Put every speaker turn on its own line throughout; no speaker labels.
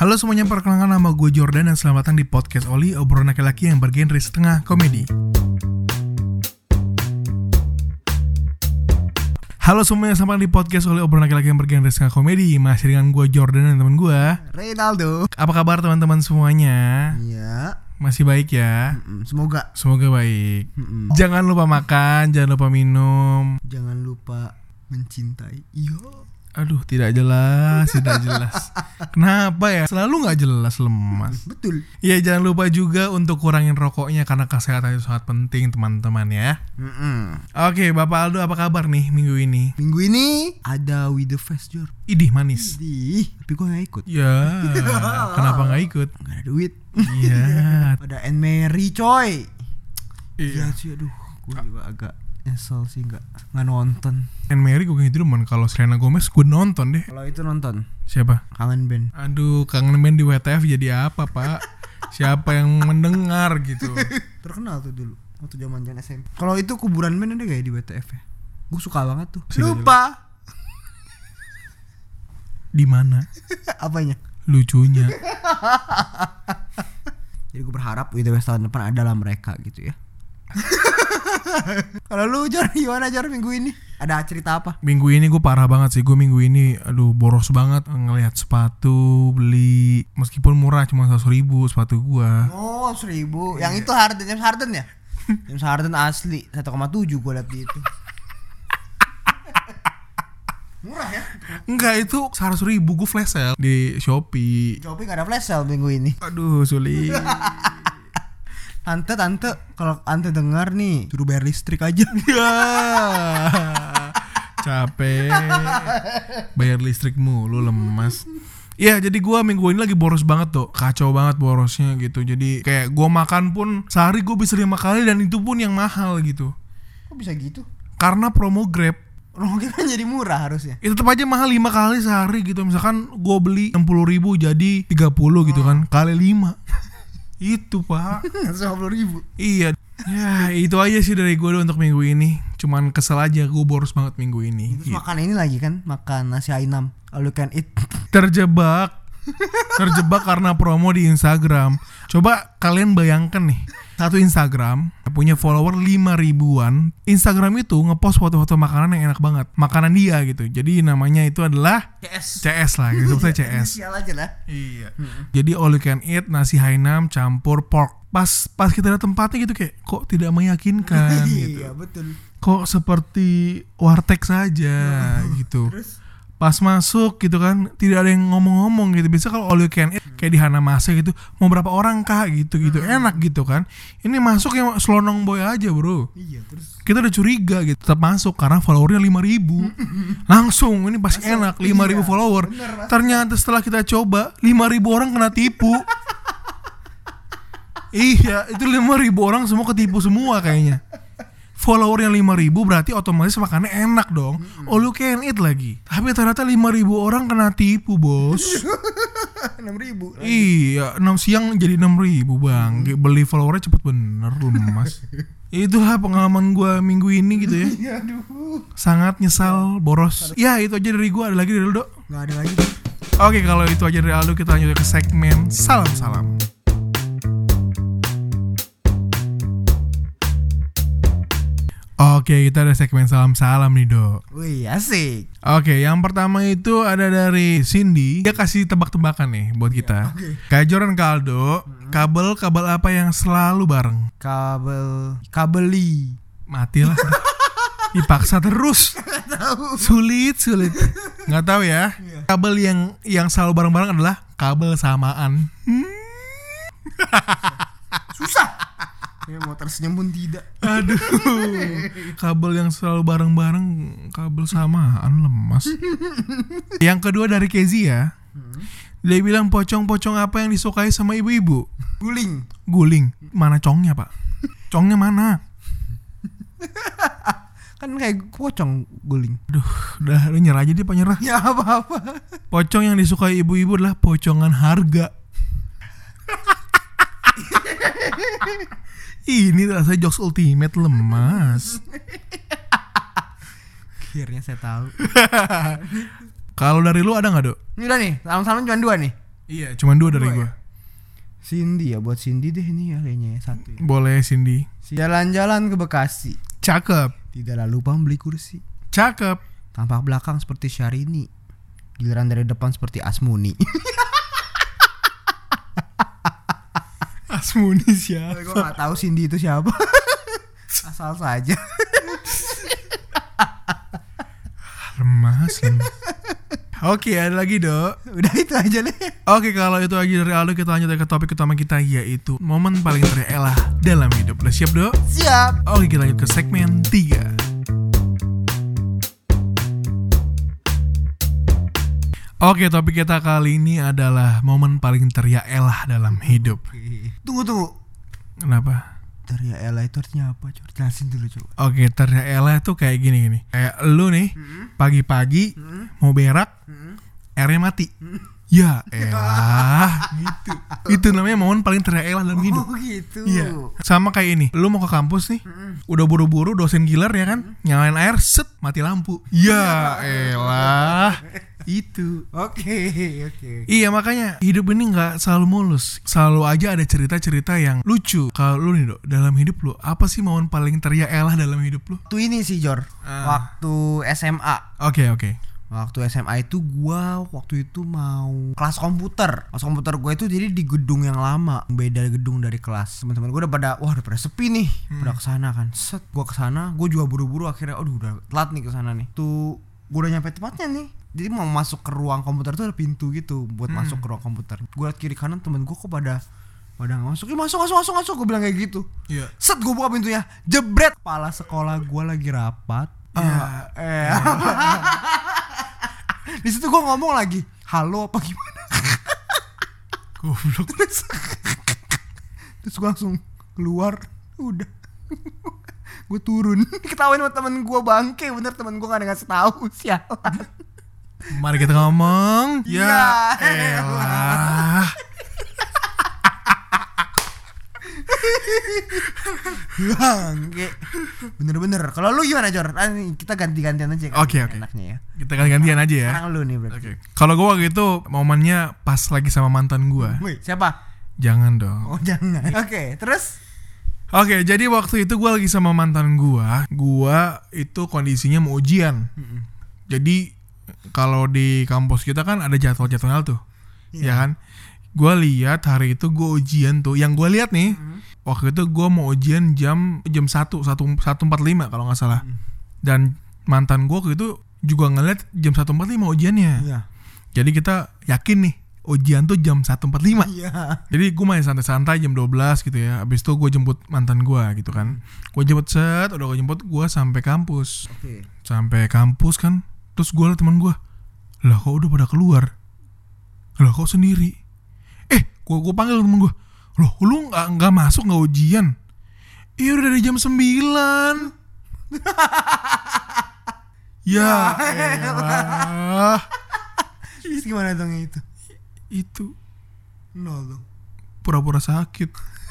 Halo semuanya, perkenalkan nama gue Jordan dan selamat datang di podcast Oli, obrolan laki-laki yang bergenre setengah komedi. Halo semuanya, selamat datang di podcast Oli, obrolan laki-laki yang bergenre setengah komedi. Masih dengan gue Jordan dan teman gue
Reynaldo.
Apa kabar teman-teman semuanya?
Iya.
Masih baik ya? Semoga baik. Jangan lupa makan, jangan lupa minum,
jangan lupa mencintai. Iya.
Aduh, tidak jelas. Kenapa ya? Selalu gak jelas, lemas.
Betul.
Ya, jangan lupa juga untuk kurangin rokoknya karena kesehatan itu sangat penting, teman-teman ya. Oke, Bapak Aldo, apa kabar nih minggu ini?
Minggu ini ada With The Fest, Jor.
Idih, manis.
Tapi gue gak ikut.
Ya, kenapa gak ikut?
Gak ada duit.
Iya.
Ada Anne Mary, coy.
Iya
sih, aduh. Gue juga agak nyesel sih gak nonton.
Anne Mary gue gitu demen. Kalau Selena Gomez gue nonton deh.
Kalau itu nonton
siapa?
Kangen Band.
Aduh, Kangen Band di WTF jadi apa, Pak? Siapa yang mendengar gitu?
Terkenal tuh dulu waktu zaman-zaman SMP. Kalau itu kuburan band ada gak ya di WTF ya? Gue suka banget tuh.
Lupa. Di mana?
Apanya?
Lucunya.
Jadi gue berharap With The Fest tahun depan adalah mereka gitu ya. Kalau lu Jor, gimana Jor minggu ini? Ada cerita apa?
Minggu ini gue parah banget sih. Gue minggu ini boros banget ngelihat sepatu beli. Meskipun murah cuma 100.000 sepatu gue.
Oh 1.000. Yang itu James Harden ya? James Harden asli 1,7 gue liat di itu. Murah ya?
Enggak, itu 100.000 gue flash sale di Shopee.
Shopee gak ada flash sale minggu ini.
Aduh, sulit.
Tante, kalau Tante dengar nih, suruh bayar listrik aja.
Ya, capek. Bayar listrik mulu, lemas. Ya, jadi gue minggu ini lagi boros banget tuh. Kacau banget borosnya gitu. Jadi kayak gue makan pun sehari gue bisa 5 kali dan itu pun yang mahal gitu.
Kok bisa gitu?
Karena promo Grab.
Promo Grab kan jadi murah harusnya.
Itu tetap aja mahal 5 kali sehari gitu. Misalkan gue beli 60.000 jadi 30 gitu kan. Kali 5. Itu, Pak.
150.000.
Iya. Ya, itu aja sih dari gue untuk minggu ini. Cuman kesel aja, gue boros banget minggu ini.
Terus makan ini lagi kan, makan nasi Ainam. All you can eat. Terjebak
karena promo di Instagram. Coba kalian bayangkan nih, satu Instagram punya follower 5.000-an. Instagram itu ngepost foto-foto makanan yang enak banget, makanan dia gitu. Jadi namanya itu adalah CS lah gitu. Sebutnya CS.
Inisial aja lah.
Iya. Jadi all you can eat nasi Hainam campur pork. Pas kita lihat tempatnya gitu kayak kok tidak meyakinkan gitu.
Iya, betul.
Kok seperti warteg saja gitu.
Terus
pas masuk gitu kan tidak ada yang ngomong-ngomong gitu. Biasa kalau all you can eat kayak di Hanamase gitu, mau berapa orang kah gitu enak gitu kan. Ini masuk yang selonong boy aja, bro.
Iya, terus
kita udah curiga gitu. Tetap masuk karena followernya 5.000. Langsung ini pasti enak 5.000
iya,
follower.
Bener,
ternyata setelah kita coba 5.000 orang kena tipu. Iya, itu 5.000 orang semua ketipu semua kayaknya. Followernya 5.000 berarti otomatis makannya enak dong. All you can eat lagi. Tapi ternyata 5.000 orang kena tipu, bos.
6.000.
Iya, 6 siang jadi 6.000 bang. Beli followernya cepet bener, lemas. Itulah pengalaman gue minggu ini gitu ya.
Aduh.
Sangat nyesal, boros. Ya itu aja dari gue. Ada lagi dari Aldo?
Gak ada lagi.
Oke, kalau itu aja dari Aldo, kita lanjut ke segmen salam-salam. Oke, kita ada segmen salam-salam nih, Dok.
Wih, asik.
Oke, yang pertama itu ada dari Cindy. Dia kasih tebak-tebakan nih buat kita. Kak Joran, Kak Aldo, kabel apa yang selalu bareng?
Kabeli.
Matilah. Dipaksa terus. Sulit. Nggak tahu ya. Kabel yang selalu bareng-bareng adalah kabel samaan.
Susah. Mau tersenyum pun tidak.
Aduh. Kabel yang selalu bareng-bareng, kabel samaan, lemas. Yang kedua dari Kezi ya. Dia bilang pocong-pocong apa yang disukai sama ibu-ibu? Guling. Mana congnya, Pak? Congnya mana?
Kan kayak pocong guling.
Aduh, udah nyerah aja dia, Pak, nyerah.
Ya apa-apa.
Pocong yang disukai ibu-ibu adalah pocongan harga. Ini rasanya jokes ultimate, lemas.
Akhirnya saya tahu.
Kalau dari lu ada nggak, Dok?
Ini udah nih, salam-salam cuma 2 nih.
Iya, cuma 2 dari
Dua
gue.
ya? Cindy ya, buat Cindy deh ini ya kayaknya ya, 1 ya.
Boleh Cindy.
Jalan-jalan ke Bekasi,
Cakep.
tidak lupa beli kursi.
Cakep.
Tampak belakang seperti Syahrini, giliran dari depan seperti Asmuni.
Asmuni siapa?
Gue gak tahu Cindy itu siapa. Asal saja.
Lemas. Oke, ada lagi dok.
Udah itu aja deh.
Oke, kalau itu aja dari Aldo, kita lanjut ke topik utama kita, yaitu momen paling terelah dalam hidup. Udah siap dok?
Siap.
Oke, kita lanjut ke segmen 3. Oke, topik kita kali ini adalah momen paling terelah dalam hidup.
Tunggu.
Kenapa?
Teriak Ella itu artinya apa? Coba jelasin dulu coba.
Oke, terelah tuh kayak gini. Kayak lu nih, pagi-pagi mau berak, airnya mati. Ya elah, gitu. Itu namanya momen paling terelah dalam hidup.
Oh gitu.
Iya. Sama kayak ini. Lu mau ke kampus nih, udah buru-buru, dosen giler ya kan, nyalain air, set, mati lampu. Ya elah. Itu.
Oke.
Iya, makanya hidup ini nggak selalu mulus. Selalu aja ada cerita-cerita yang lucu. Kalau lu nih dok, dalam hidup lu, apa sih momen paling terelah dalam hidup lu?
Tuh ini sih Jor. Waktu SMA.
Oke.
Waktu SMA itu gua waktu itu mau kelas komputer. Kelas komputer gua itu jadi di gedung yang lama, beda gedung dari kelas. Teman-teman gua udah pada sepi nih. Udah kesana kan. Set, gua kesana, gua juga buru-buru akhirnya. Aduh, udah telat nih kesana nih. Tuh gua udah nyampe tempatnya nih. Jadi mau masuk ke ruang komputer tuh ada pintu gitu buat masuk ke ruang komputer. Gue liat kiri kanan temen gue kok pada nggak masuk. Masuk. Gue bilang kayak gitu.
Iya.
Set, gue buka pintunya, jebret. Kepala sekolah gue lagi rapat. Di situ gue ngomong lagi, halo apa gimana?
Goblok.
Terus gue langsung keluar. Udah. Gue turun. Ketawain sama temen gue, bangke. Bener, temen gue gak ada ngasih tahu. Sialan.
Mari kita ngomong. Ya elah.
Bangke. Bener-bener. Kalau lu gimana Jor? Kita ganti-gantian aja kan.
Oke.
Enaknya ya.
Kita gantian aja ya.
Sekarang lu nih berarti.
Oke. Kalau gue waktu itu momennya pas lagi sama mantan gue.
Wih, siapa?
Jangan dong.
Oh jangan. Oke, terus?
Oke, jadi waktu itu gue lagi sama mantan gue itu kondisinya mau ujian. Jadi kalau di kampus kita kan ada jadwal-jadwal tuh, ya kan? Gue lihat hari itu gue ujian tuh, yang gue lihat nih, waktu itu gue mau ujian jam 1:45 kalau nggak salah. Dan mantan gue waktu itu juga ngeliat jam 1:45 ujiannya.
Iya.
Jadi kita yakin nih ujian tuh jam 1:45.
Iya.
Jadi gue main santai-santai jam 12 gitu ya. Abis itu gue jemput mantan gue gitu kan. Gue jemput udah gue jemput, gue sampai kampus.
Oke.
Sampai kampus kan, terus gue liat teman gue, lah kok udah pada keluar, lah kok sendiri. Gue panggil temen gue, loh lu nggak masuk, nggak ujian? Iya udah dari jam 9. Ya elah.
Terus gimana dong itu?
Itu
Nol dong.
pura-pura sakit.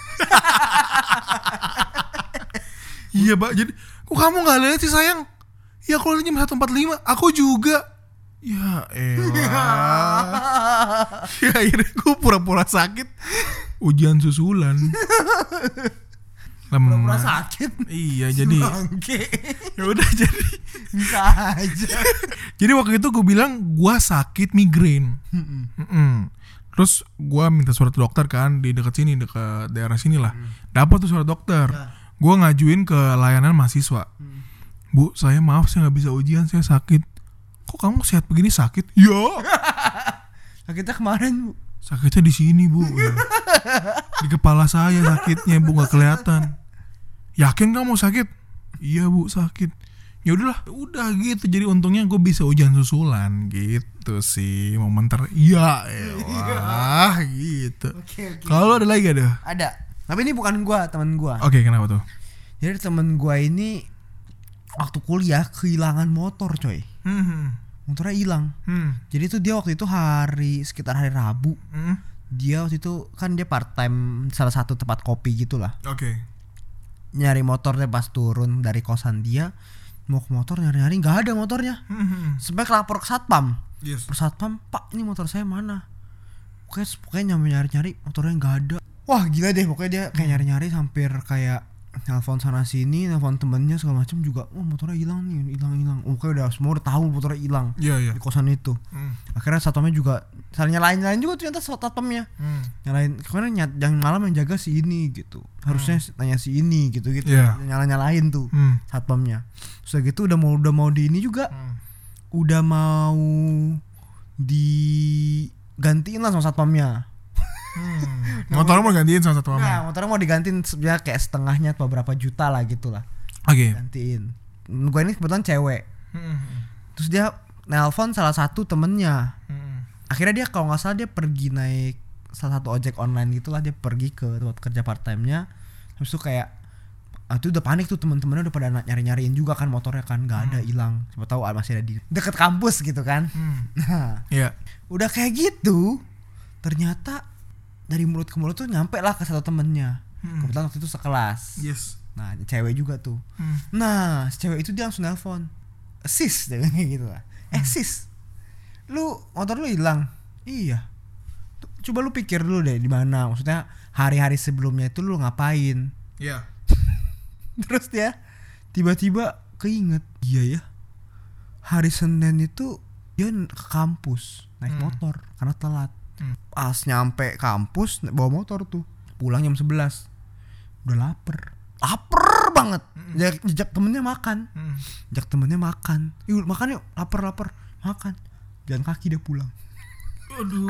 Iya Pak, jadi kok kamu nggak lihat sih sayang? Ya kalau jam 1:45 aku juga. Ya elah. Ya akhirnya gue pura-pura sakit. Ujian susulan.
Pura-pura sakit.
Iya jadi.
Bangke.
Ya udah jadi.
Bisa aja.
Jadi waktu itu gue bilang gue sakit migrain. Terus gue minta surat dokter kan di dekat sini, dekat daerah sini lah. Dapat tuh surat dokter. Gue ngajuin ke layanan mahasiswa. Bu, saya maaf saya nggak bisa ujian, saya sakit. Kok kamu sehat begini sakit? Ya.
Sakitnya kemarin Bu.
Sakitnya di sini Bu. Di kepala saya sakitnya Bu, nggak kelihatan. Yakin kamu sakit? Iya Bu sakit. Ya udahlah, udah gitu. Jadi untungnya gue bisa ujian susulan gitu sih momen ya elah gitu.
Oke.
Kalau ada lagi
Ada. Tapi ini bukan gue, teman gue.
Oke, kenapa tuh?
Jadi teman gue ini waktu kuliah kehilangan motor coy. Motornya hilang. Jadi tuh dia waktu itu sekitar hari Rabu. Dia waktu itu kan dia part time salah satu tempat kopi gitulah.
Oke.
Nyari motornya pas turun dari kosan dia, mau ke motor nyari-nyari nggak ada motornya. Sampai lapor ke satpam.
Yes.
Per satpam, Pak ini motor saya mana? Pokoknya nyari motornya nggak ada. Wah gila deh, pokoknya dia kayak nyari hampir kayak nelfon sana sini, nelfon temennya segala macam juga. Motornya hilang. Pokoknya udah tahu motornya hilang.
Iya.
Di kosan itu. Akhirnya satpamnya juga saling nyalain juga ternyata satpamnya. Nyalain, karena yang malam yang jaga si ini gitu. Harusnya tanya si ini gitu.
Yeah.
Nyalain tuh satpamnya. Terus gitu udah mau di ini juga. Udah mau digantiin lah sama satpamnya.
Motornya mau gantiin sama satu
Nah, motornya mau digantiin ya kayak setengahnya atau berapa juta lah gitu lah.
Oke.
Gantiin. Gue ini kebetulan cewek. Terus dia nelpon salah satu temennya. Akhirnya dia kalau nggak salah dia pergi naik salah satu ojek online gitulah, dia pergi ke tempat kerja part time-nya. Terus tuh kayak itu udah panik tuh, temen-temennya udah pada nyariin juga kan motornya kan, nggak ada, hilang. Siapa tahu masih ada di deket kampus gitu kan. Nah, udah kayak gitu, ternyata dari mulut ke mulut tuh nyampe lah ke satu temennya. Kebetulan waktu itu sekelas.
Yes.
Nah, cewek juga tuh. Nah, si cewek itu dia langsung nelpon. Sis, dia bilang kayak gitu lah. Sis, lu motor lu hilang. Iya. Coba lu pikir dulu deh di mana. Maksudnya hari-hari sebelumnya itu lu ngapain?
Iya.
Terus dia tiba-tiba keinget. Iya ya. Hari Senin itu dia ke kampus naik motor karena telat. Pas nyampe kampus bawa motor tuh, pulang jam 11. Udah lapar banget. Jejak temennya makan. Yuk makan yuk, lapar. Makan. Jalan kaki dia pulang.
Aduh.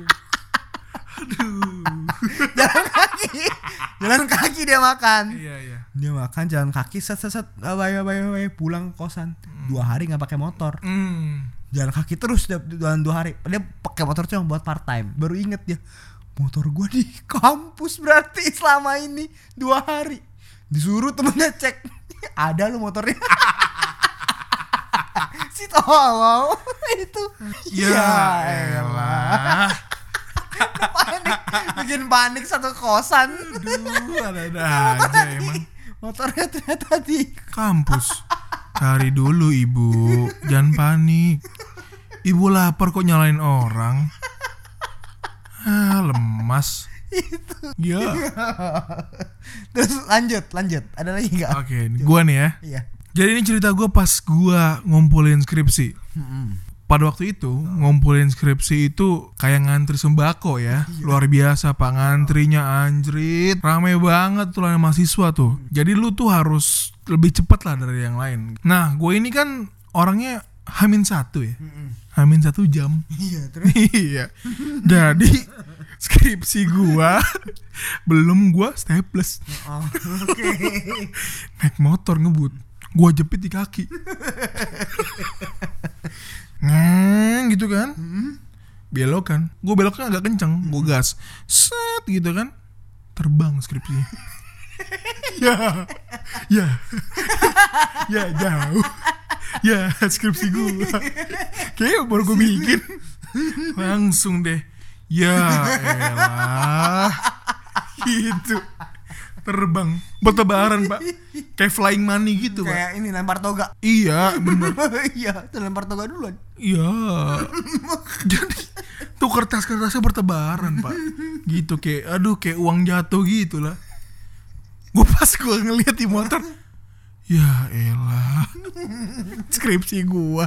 Jalan kaki dia makan.
Iya.
Dia makan jalan kaki set bye pulang ke kosan. 2 hari nggak pakai motor. Jalan kaki terus dalam 2 hari. Dia pakai motor cuma buat part time. Baru inget dia, motor gue di kampus berarti selama ini 2 hari. Disuruh temennya cek, ada lu motornya. Si tolong itu.
Ya elah.
Bikin panik satu kosan.
Aduh, ada aja emang.
Motornya ternyata di
kampus. Cari dulu ibu, jangan panik. Ibu lapar kok nyalain orang. Lemas.
Itu.
Ya.
Terus lanjut. Ada lagi nggak?
Oke, gua nih ya.
Iya.
Jadi ini cerita gua pas gua ngumpulin skripsi. Pada waktu itu ngumpulin skripsi itu kayak ngantri sembako ya. Luar biasa pak, ngantrinya anjrit. Rame banget tuh lah mahasiswa tuh. Jadi lu tuh harus lebih cepat lah dari yang lain. Nah gue ini kan orangnya H-1 ya. H-1 jam.
Iya terus.
Iya. Jadi skripsi gua belum gua staples.
Oke.
Naik motor ngebut, gua jepit di kaki. Gitu kan. Belokan. Gua beloknya agak kenceng, gua gas. Set gitu kan. Terbang skripsinya. Ya jauh. Ya skripsi gua. Kayaknya baru gua bikin. Langsung deh. Ya elah. Gitu. Terbang bertebaran pak, kayak flying money gitu pak.
Kayak ini lempar toga.
Iya bener.
Iya tuh lempar toga duluan.
Iya. Jadi tuh kertas-kertasnya bertebaran pak. Gitu kayak uang jatuh gitu lah. Gue pas gue ngeliat di motor, ya elah, skripsi gue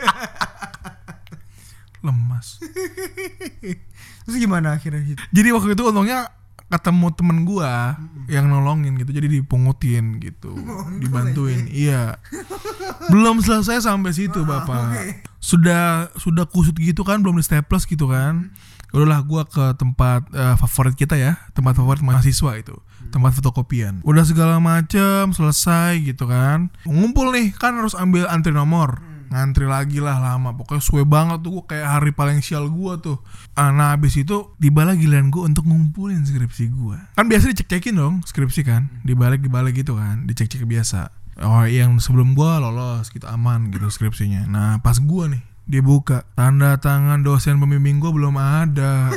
lemas.
Terus gimana akhirnya?
Jadi waktu itu untungnya ketemu temen gua yang nolongin gitu, jadi dipungutin gitu, dibantuin. Iya. Belum selesai sampai situ bapak. Sudah kusut gitu kan, belum di staples gitu kan. Udahlah gua ke tempat favorit kita ya, tempat favorit mahasiswa itu, tempat fotokopian. Udah segala macem selesai gitu kan. Ngumpul nih kan, harus ambil antri nomor. Ngantri lagi lah lama, pokoknya suwe banget tuh, kayak hari paling sial gue tuh. Nah abis itu tiba lagi giliran gue untuk ngumpulin skripsi gue. Kan biasa dicek-cekin dong skripsi kan, dibalik gitu kan, dicek-cek biasa. Oh yang sebelum gue lolos gitu, aman gitu skripsinya. Nah pas gue nih, dia buka, tanda tangan dosen pembimbing gue belum ada.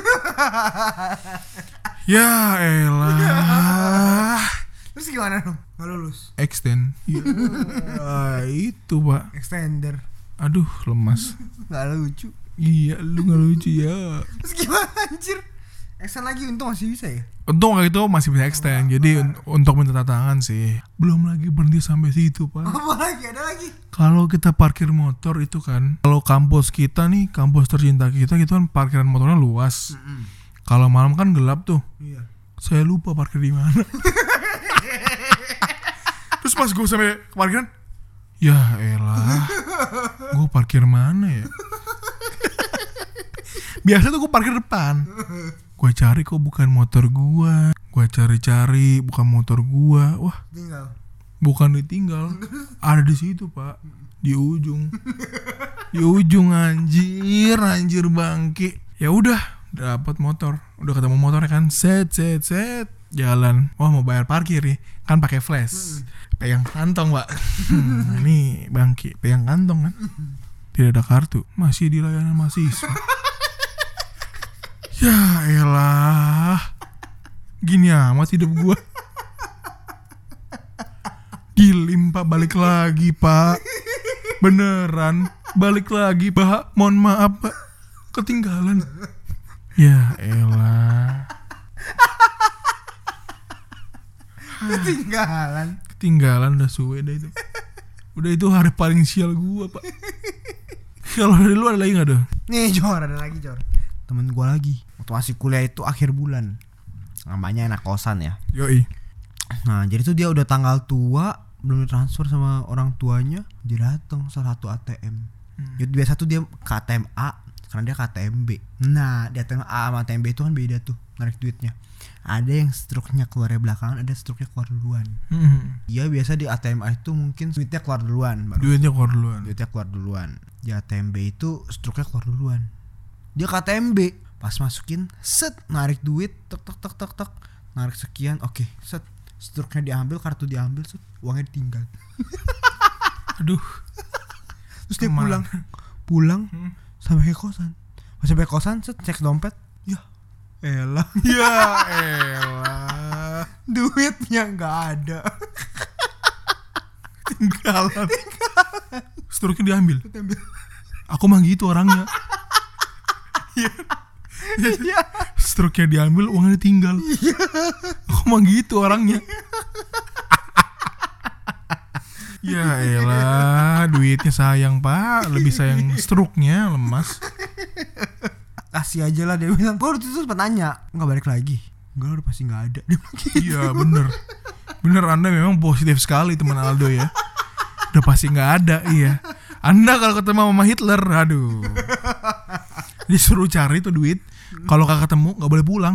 Ya elah.
Terus gimana dong? Gak lulus?
Extend. Ya, itu pak.
Extender.
Aduh lemas.
Gak lucu.
Iya, lu gak lucu ya.
Terus gimana anjir? Extend lagi untung masih bisa ya?
Untung kayak itu masih bisa extend. Jadi untuk minta tangan sih. Belum lagi berhenti sampai situ, Pak.
Apa lagi? Ada lagi?
Kalau kita parkir motor itu kan, kalau kampus kita nih, kampus tercinta kita gitu kan parkiran motornya luas. Kalau malam kan gelap tuh.
Iya.
Saya lupa parkir di mana. Terus pas gue sampai ke parkiran, ya elah, gue parkir mana ya? Biasa tuh gue parkir depan. Gue cari kok bukan motor gue. Gue cari-cari bukan motor gue. Wah,
Tinggal.
bukan ditinggal, ada di situ Pak, di ujung. Di ujung anjir bangke. Ya udah dapat motor, udah ketemu motornya kan, set jalan. Wah mau bayar parkir nih, kan pakai flash, pegang kantong Pak. Ini bangke, pegang kantong kan, tidak ada kartu, masih di layanan mahasiswa. Ya elah, gini amat hidup gua. Dilim Pak, balik lagi Pak, beneran balik lagi Pak, mohon maaf Pak, ketinggalan. Ya elah, ketinggalan udah suwe dah itu. Udah itu hari paling sial gua Pak. Kalau dari lu ada lagi nggak tuh?
Nih Jor, ada lagi Jor. Temen gue lagi waktu masih kuliah itu akhir bulan, namanya anak kosan ya.
Yoi.
Nah jadi tuh dia udah tanggal tua, belum ditransfer sama orang tuanya, dia datang salah satu ATM. Jadi biasa tuh dia ke ATM A, sekarang dia ke ATM B. Nah di ATM A sama ATM B itu kan beda tuh narik duitnya. Ada yang struknya keluarnya belakangan, ada struknya keluar duluan. Dia biasa di ATM A itu mungkin duitnya keluar duluan baru.
Duitnya keluar duluan.
Di ATM B itu struknya keluar duluan. Dia ke ATM B, pas masukin set, narik duit, tek narik sekian, oke, set, struknya diambil, kartu diambil, set, uangnya ditinggal.
Aduh.
Terus dia pulang sampai ke kosan. Pas sampai kosan, set, cek dompet, ya elah, duitnya nggak ada.
Tinggalan. Struknya diambil. Aku mah gitu orangnya. Iya. Struknya diambil, uangnya ditinggal. Iya. Aku mah gitu orangnya. Ya elah, duitnya sayang Pak, lebih sayang struknya, lemas.
Kasih aja lah, dia bilang. Gue itu sempat nanya, nggak balik lagi? Enggak, udah pasti nggak ada.
Iya bener Anda memang positif sekali teman Aldo ya. Udah pasti nggak ada, iya. Anda kalau ketemu sama Hitler, aduh, disuruh cari tuh duit. Kalau gak ketemu gak boleh pulang.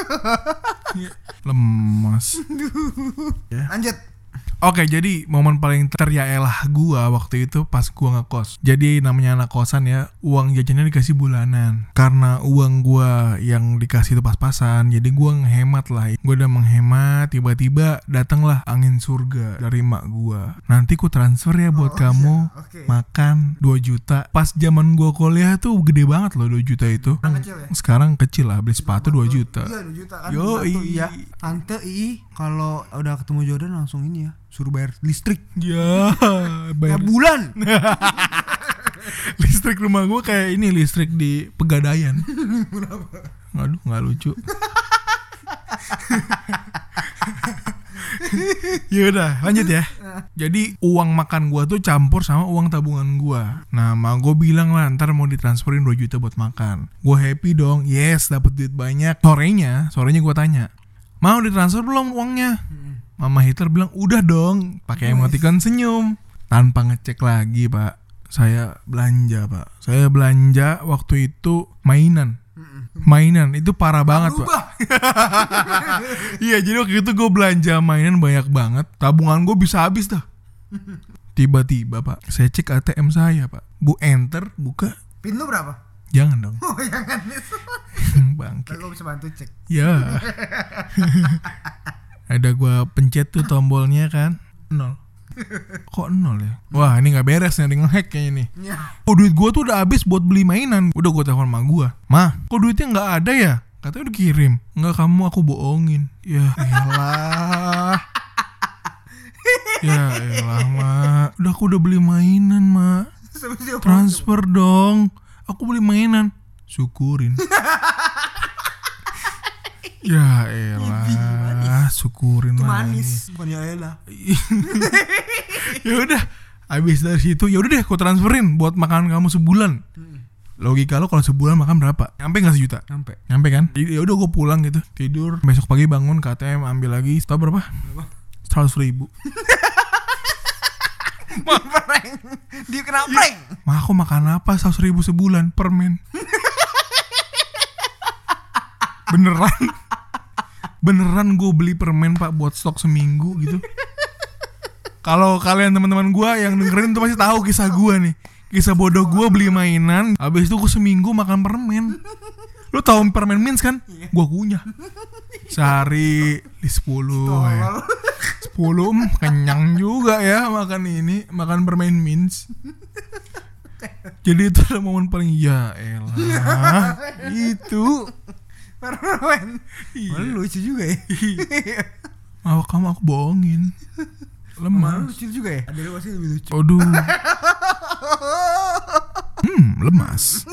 Lemas.
Lanjut.
Oke, jadi momen paling teryaelah gua waktu itu pas gua ngekos. Jadi namanya anak kosan ya, uang jajannya dikasih bulanan. Karena uang gua yang dikasih itu pas-pasan, jadi gua ngehemat lah. Gua udah menghemat, tiba-tiba datanglah angin surga dari mak gua. Nanti ku transfer ya buat kamu makan 2 juta. Pas zaman gua kuliah tuh gede banget loh 2 juta itu. Sekarang kecil lah, beli sepatu 2 juta.
Iya 2 juta kan.
Iya.
Tante kalau udah ketemu Jordan langsung ini ya, suruh bayar listrik.
Ya, bayar
bulan.
Listrik rumah gue kayak ini, listrik di Pegadaian. Aduh, nggak lucu. Yaudah, lanjut ya. Jadi uang makan gue tuh campur sama uang tabungan gue. Nah, mak gue bilang lah, ntar mau ditransferin 2 juta buat makan. Gue happy dong, yes, dapet duit banyak. Sorenya gue tanya, mau ditransfer belum uangnya? Mama Hitler bilang udah dong, pakai emoticon senyum. Tanpa ngecek lagi Pak, saya belanja Pak. Saya belanja waktu itu mainan itu parah banget Pak. Iya, jadi waktu itu gue belanja mainan banyak banget. Tabungan gue bisa habis dah. Tiba-tiba Pak, saya cek ATM saya Pak. Bu enter, buka.
PIN lu berapa?
Jangan dong.
Oh jangan.
Bangke.
Gue bisa bantu cek.
Ya. Ada gua pencet tuh tombolnya kan, 0. Kok 0 ya? Wah, ini gak beres nih, ada nge-hack kayaknya nih. Oh, duit gua tuh udah habis buat beli mainan. Udah gua telepon sama gua, "Ma, kok duitnya gak ada ya?" Katanya udah kirim. "Enggak, kamu aku bohongin." Ya elah. Ya elah, Ma. Udah aku udah beli mainan, Ma. Transfer dong. Aku beli mainan. Syukurin. Ya elah, syukurin
Itu
lah.
manis, bukan ya elah.
Ya udah, habis dari situ ya udah deh, aku transferin buat makanan kamu sebulan. Logika lo kalau sebulan makan berapa? Nyampe nggak sejuta? Nyampe kan? Ya udah gue pulang gitu, tidur, besok pagi bangun ke ATM ambil lagi, tau berapa? 100.000.
Dia kena prank.
Mah aku makan apa 100.000 sebulan? Permen. Beneran gue beli permen pak buat stok seminggu gitu. Kalau kalian teman-teman gue yang dengerin tuh pasti tahu kisah gue nih. Kisah bodoh gue beli mainan, habis itu gue seminggu makan permen. Lu tahu permen Mints kan? Gue kunyah. Sehari 10 ya. 10 kenyang juga ya makan ini, makan permen Mints. Jadi itu adalah momen paling ya elah. Itu
Permen.
iya.
Lucu juga ya.
Awak kamu aku bohongin. Lemas.
Lucu juga ya. Ada lu pasti lebih lucu.
Aduh. Lemas.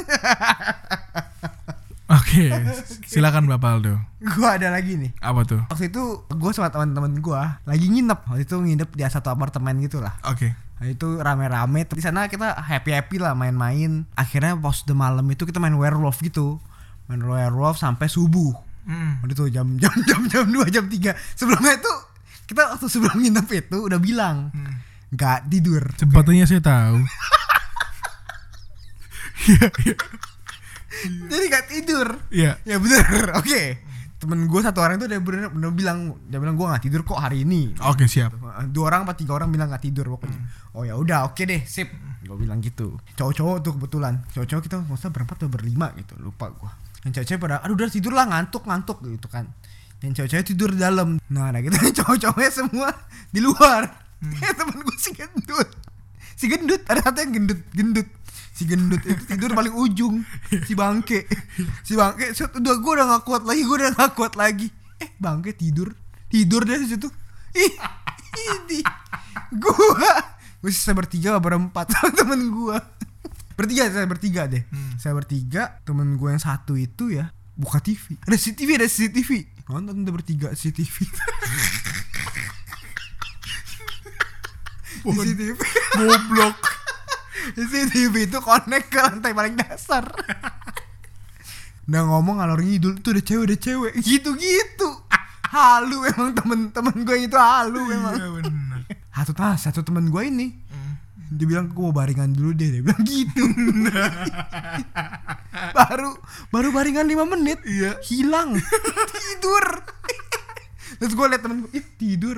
Oke, silakan Bapak Aldo.
Gua ada lagi nih.
Apa tuh?
Waktu itu gue sama teman-teman gue lagi nginep. Waktu itu nginep di satu apartemen gitu lah.
Oke.
Itu rame-rame. Di sana kita happy lah main-main. Akhirnya pas udah malam itu kita main werewolf gitu. Main werewolf sampai subuh. Waktu itu jam 2 jam 3. Sebelumnya itu kita waktu sebelum nginep itu udah bilang nggak tidur.
Sepertinya saya tahu. Iya.
Jadi nggak tidur.
Iya.
Ya bener. Oke. Temen gue satu orang itu dia bener bilang gue nggak tidur kok hari ini.
Oke, siap.
2 orang apa 3 orang bilang nggak tidur pokoknya. Oh ya udah oke deh sip. Gue bilang gitu. Cowok-cowok tuh kebetulan. Cowok-cowok kita masa berempat atau berlima gitu lupa gue. Yang cewek-cewek pada aduh udah tidur lah ngantuk gitu kan. Yang cewek-cewek tidur di dalam. Nah kita cowok-cowoknya semua di luar. Temen gue si gendut ada satu yang gendut. Si gendut itu tidur paling ujung. Si bangke udah gue udah gak kuat lagi. Bangke tidur dia di situ. Ini gue sisa bertiga berempat sama temen gue. Saya bertiga deh. Saya bertiga, temen gue yang satu itu ya buka TV. Ada CCTV. Nonton udah bertiga CCTV. CCTV.
Goblok.
CCTV itu connect ke lantai paling dasar. Udah ngomong ngalor ngidul tuh ada cewek gitu. Halu emang temen gue yang itu halu emang.
Iya benar.
Satu temen gue ini dia bilang gue mau baringan dulu deh. Dia bilang gitu. baru baringan 5 menit hilang. Tidur. Terus gue liat temen gue tidur.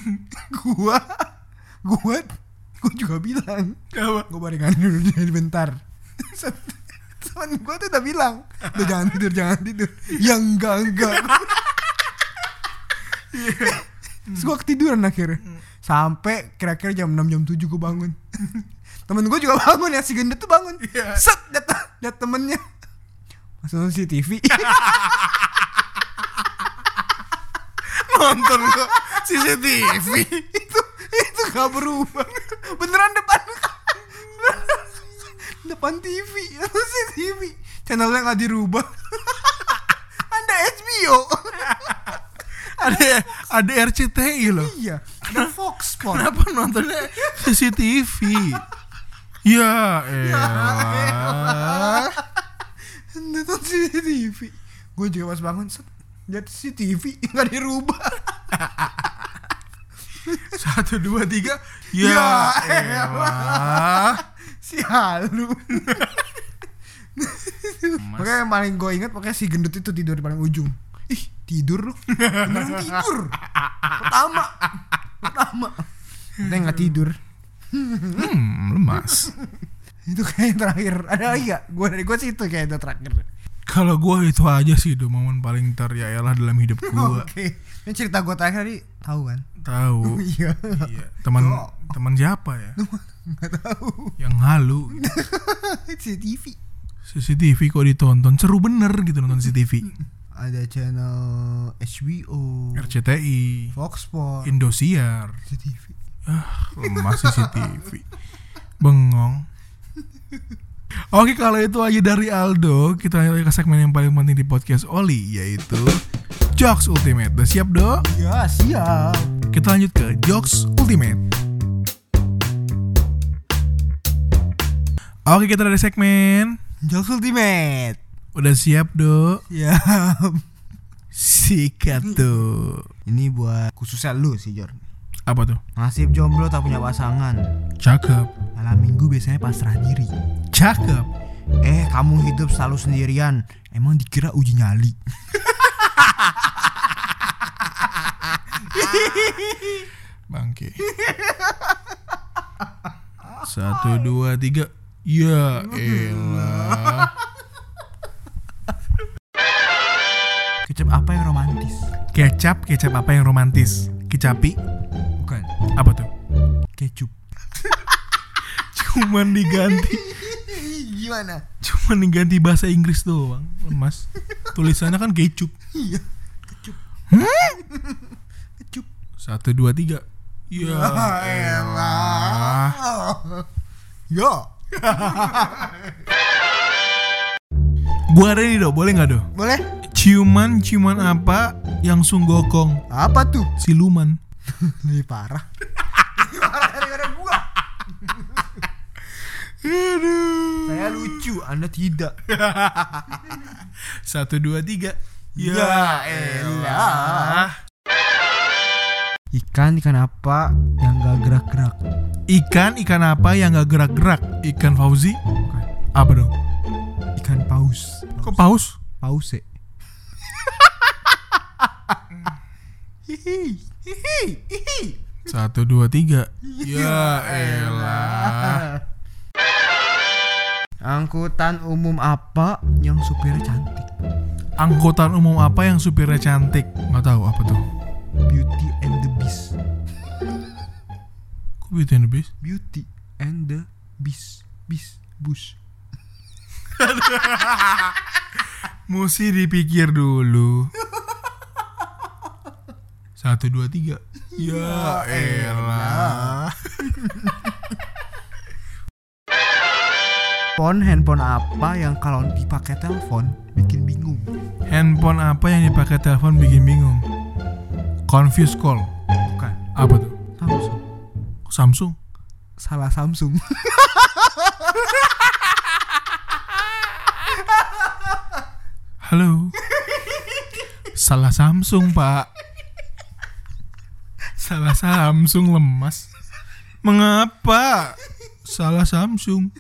Gue juga bilang gue baringan dulu deh bentar. Temen gue tuh udah bilang udah jangan tidur. Ya enggak. Terus gue ketiduran akhirnya. Sampai kira-kira jam 6 jam 7 gue bangun. Temen gue juga bangun ya, si gendut tuh bangun. Set liat temennya masuk CCTV.
Nonton kok CCTV.
itu gak berubah. Beneran depan TV. CCTV channelnya gak dirubah. Ada HBO.
Ada RCTI loh.
Iya, ada Fox Sport.
Kenapa nontonnya CCTV? Ya elah.
Nonton CCTV. Gue juga pas bangun lihat CCTV nggak dirubah.
1, 2, 3. Ya elah.
Si halu. Makanya yang paling gue ingat pokoknya si gendut itu tidur di paling ujung. Tidur lu. Beneran tidur. Pertama. Kita nggak tidur.
Lemas.
Itu kayak terakhir. Ada lagi gak? Dari gue sih itu kayak itu terakhir.
Kalau gue itu aja sih momen paling teriyalah dalam hidup gue.
Oke. Ini cerita gue terakhir tadi tahu kan?
Tahu.
Iya.
Teman siapa ya?
Nggak tahu.
Yang halu. CCTV kok ditonton, seru bener gitu nonton CCTV.
Ada channel HBO,
RCTI,
Fox Sport,
Indosiar,
CCTV.
lemas CCTV. Bengong. Oke, kalau itu aja dari Aldo, kita lanjut ke segmen yang paling penting di podcast Oli, yaitu Jokes Ultimate. Udah siap, Do?
Ya, siap.
Kita lanjut ke Jokes Ultimate. Oke, kita ada segmen
Jokes Ultimate.
Udah siap, Do?
Siap.
Sikat tuh.
Ini buat khususnya lu sih, Jor.
Apa tuh?
Nasib jomblo tak punya pasangan.
Cakep.
Malam minggu biasanya pasrah diri.
Cakep.
Kamu hidup selalu sendirian. Emang dikira uji nyali.
Bangke. 1, 2, 3. Ya elah.
Kecap apa yang romantis?
Kecap apa yang romantis? Kecapi?
Bukan.
Apa tuh?
Kecup.
Cuman diganti.
Gimana?
Cuman diganti bahasa Inggris doang, lemas. Tulisannya kan kecup.
Iya. Kecup. Kecup.
1, 2, 3. Ya elah.
Yo.
Gua ada nih, Do, boleh gak, Do?
Boleh?
Ciuman apa yang sunggokong?
Apa tuh?
Siluman.
Lebih parah. Lebih parah daripada gua.
Aduh.
Saya lucu, Anda tidak.
1, 2, 3.
Ya elah. Ikan apa yang gak gerak-gerak?
Ikan apa yang gak gerak-gerak? Ikan Fauzi?
Bukan.
Apa dong?
Ikan paus.
Kok paus?
Pause. Hihi.
1, 2, 3. Ya elah.
Angkutan umum apa yang supirnya cantik?
Angkutan umum apa yang supirnya cantik? Nggak tahu apa tuh.
Beauty and the Beast.
Kok Beauty and the Beast?
Beauty and the Beast. Bush.
Mesti dipikir dulu. 1, 2, 3. Ya elah.
Handphone apa yang kalau dipakai telepon bikin bingung?
Handphone apa yang dipakai telepon bikin bingung? Confuse call.
Bukan.
Apa tuh?
Samsung.
Samsung.
Salah Samsung.
Halo. Salah Samsung, Pak. Salah Samsung, lemas. Mengapa? Salah Samsung.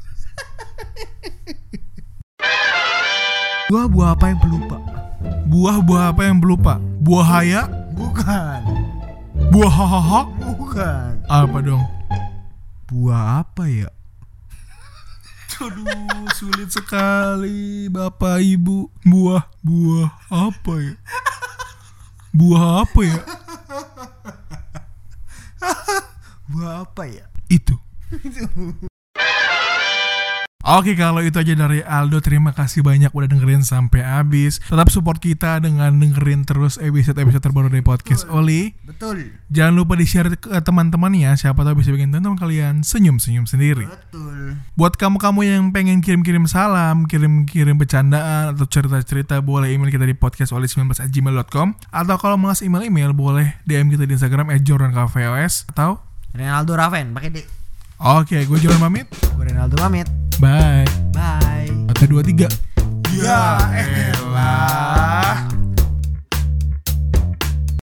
Buah apa yang pelupa?
Buah apa yang pelupa? Buahaya?
Bukan.
Buah hahaha?
Bukan.
Apa dong?
Buah apa ya?
Aduh, sulit sekali, Bapak Ibu. Buah apa ya? Buah apa ya?
Buah apa ya?
Itu. Oke, kalau itu aja dari Aldo. Terima kasih banyak udah dengerin sampai habis. Tetap support kita dengan dengerin terus episode-episode terbaru dari podcast Oli.
Betul.
Jangan lupa di-share ke teman-teman ya. Siapa tahu bisa bikin teman-teman kalian senyum-senyum sendiri.
Betul.
Buat kamu-kamu yang pengen kirim-kirim salam, kirim-kirim bercandaan atau cerita-cerita, boleh email kita di podcastoli19@gmail.com. Atau kalau malas email boleh DM kita di Instagram @jordancafeos atau
Renaldo Raven pakai D.
Oke, gue Jordan pamit.
Gue Renaldo pamit.
Bye.
Bye.
1, 2, 3.
Ya elah.